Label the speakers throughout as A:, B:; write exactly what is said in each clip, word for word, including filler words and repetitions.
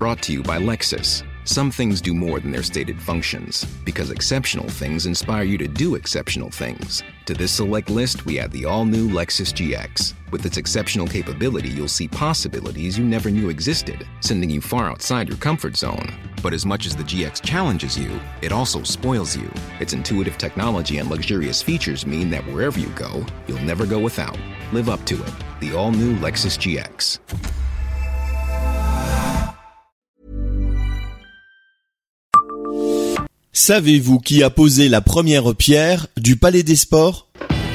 A: Brought to you by Lexus. Some things do more than their stated functions, because exceptional things inspire you to do exceptional things. To this select list, we add the all-new Lexus G X. With its exceptional capability, you'll see possibilities you never knew existed, sending you far outside your comfort zone. But as much as the G X challenges you, it also spoils you. Its intuitive technology and luxurious features mean that wherever you go, you'll never go without. Live up to it. The all-new Lexus G X.
B: Savez-vous qui a posé la première pierre du Palais des Sports ?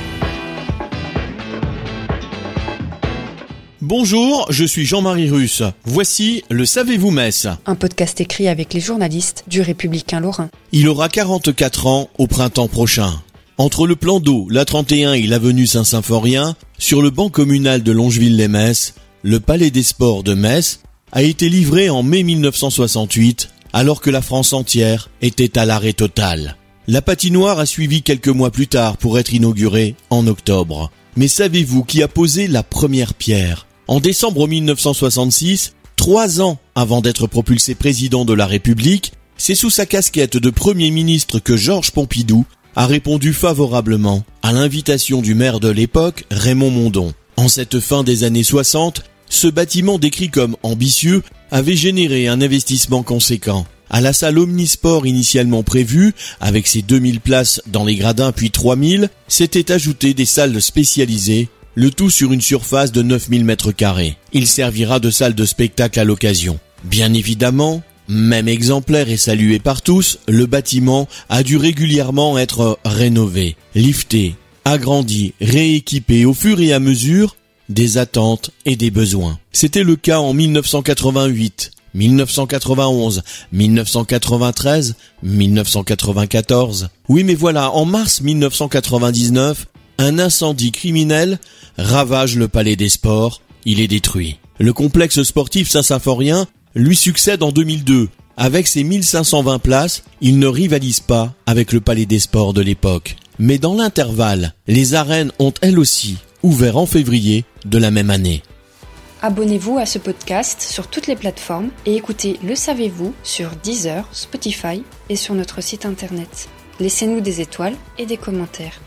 B: Bonjour, je suis Jean-Marie Russe. Voici le Savez-vous Metz ?
C: Un podcast écrit avec les journalistes du Républicain Lorrain.
B: Il aura quarante-quatre ans au printemps prochain. Entre le plan d'eau, la trente et un et l'avenue Saint-Symphorien, sur le banc communal de Longeville-les-Metz, le Palais des Sports de Metz a été livré en mai mille neuf cent soixante-huit, alors que la France entière était à l'arrêt total. La patinoire a suivi quelques mois plus tard pour être inaugurée en octobre. Mais savez-vous qui a posé la première pierre ? En décembre mille neuf cent soixante-six, trois ans avant d'être propulsé président de la République, c'est sous sa casquette de Premier ministre que Georges Pompidou a répondu favorablement à l'invitation du maire de l'époque, Raymond Mondon. En cette fin des années soixante, ce bâtiment décrit comme ambitieux avait généré un investissement conséquent. À la salle Omnisport initialement prévue, avec ses deux mille places dans les gradins puis trois mille, s'étaient ajoutées des salles spécialisées, le tout sur une surface de neuf mille mètres carrés. Il servira de salle de spectacle à l'occasion. Bien évidemment, même exemplaire et salué par tous, le bâtiment a dû régulièrement être rénové, lifté, agrandi, rééquipé au fur et à mesure des attentes et des besoins. C'était le cas en mille neuf cent quatre-vingt-huit, mille neuf cent quatre-vingt-onze, mille neuf cent quatre-vingt-treize, mille neuf cent quatre-vingt-quatorze. Oui, mais voilà, en mars mille neuf cent quatre-vingt-dix-neuf, un incendie criminel ravage le Palais des Sports. Il est détruit. Le complexe sportif Saint-Symphorien lui succède en deux mille deux. Avec ses mille cinq cent vingt places, il ne rivalise pas avec le Palais des Sports de l'époque. Mais dans l'intervalle, les arènes ont elles aussi ouvert en février de la même année.
C: Abonnez-vous à ce podcast sur toutes les plateformes et écoutez Le Savez-vous sur Deezer, Spotify et sur notre site internet. Laissez-nous des étoiles et des commentaires.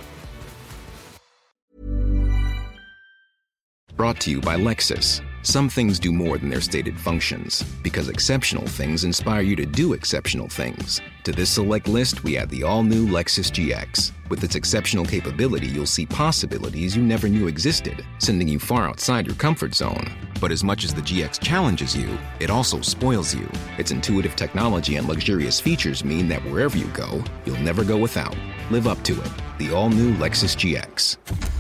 A: Brought to you by Lexus. Some things do more than their stated functions, because exceptional things inspire you to do exceptional things. To this select list, we add the all-new Lexus G X. With its exceptional capability, you'll see possibilities you never knew existed, sending you far outside your comfort zone. But as much as the G X challenges you, it also spoils you. Its intuitive technology and luxurious features mean that wherever you go, you'll never go without. Live up to it. The all-new Lexus G X.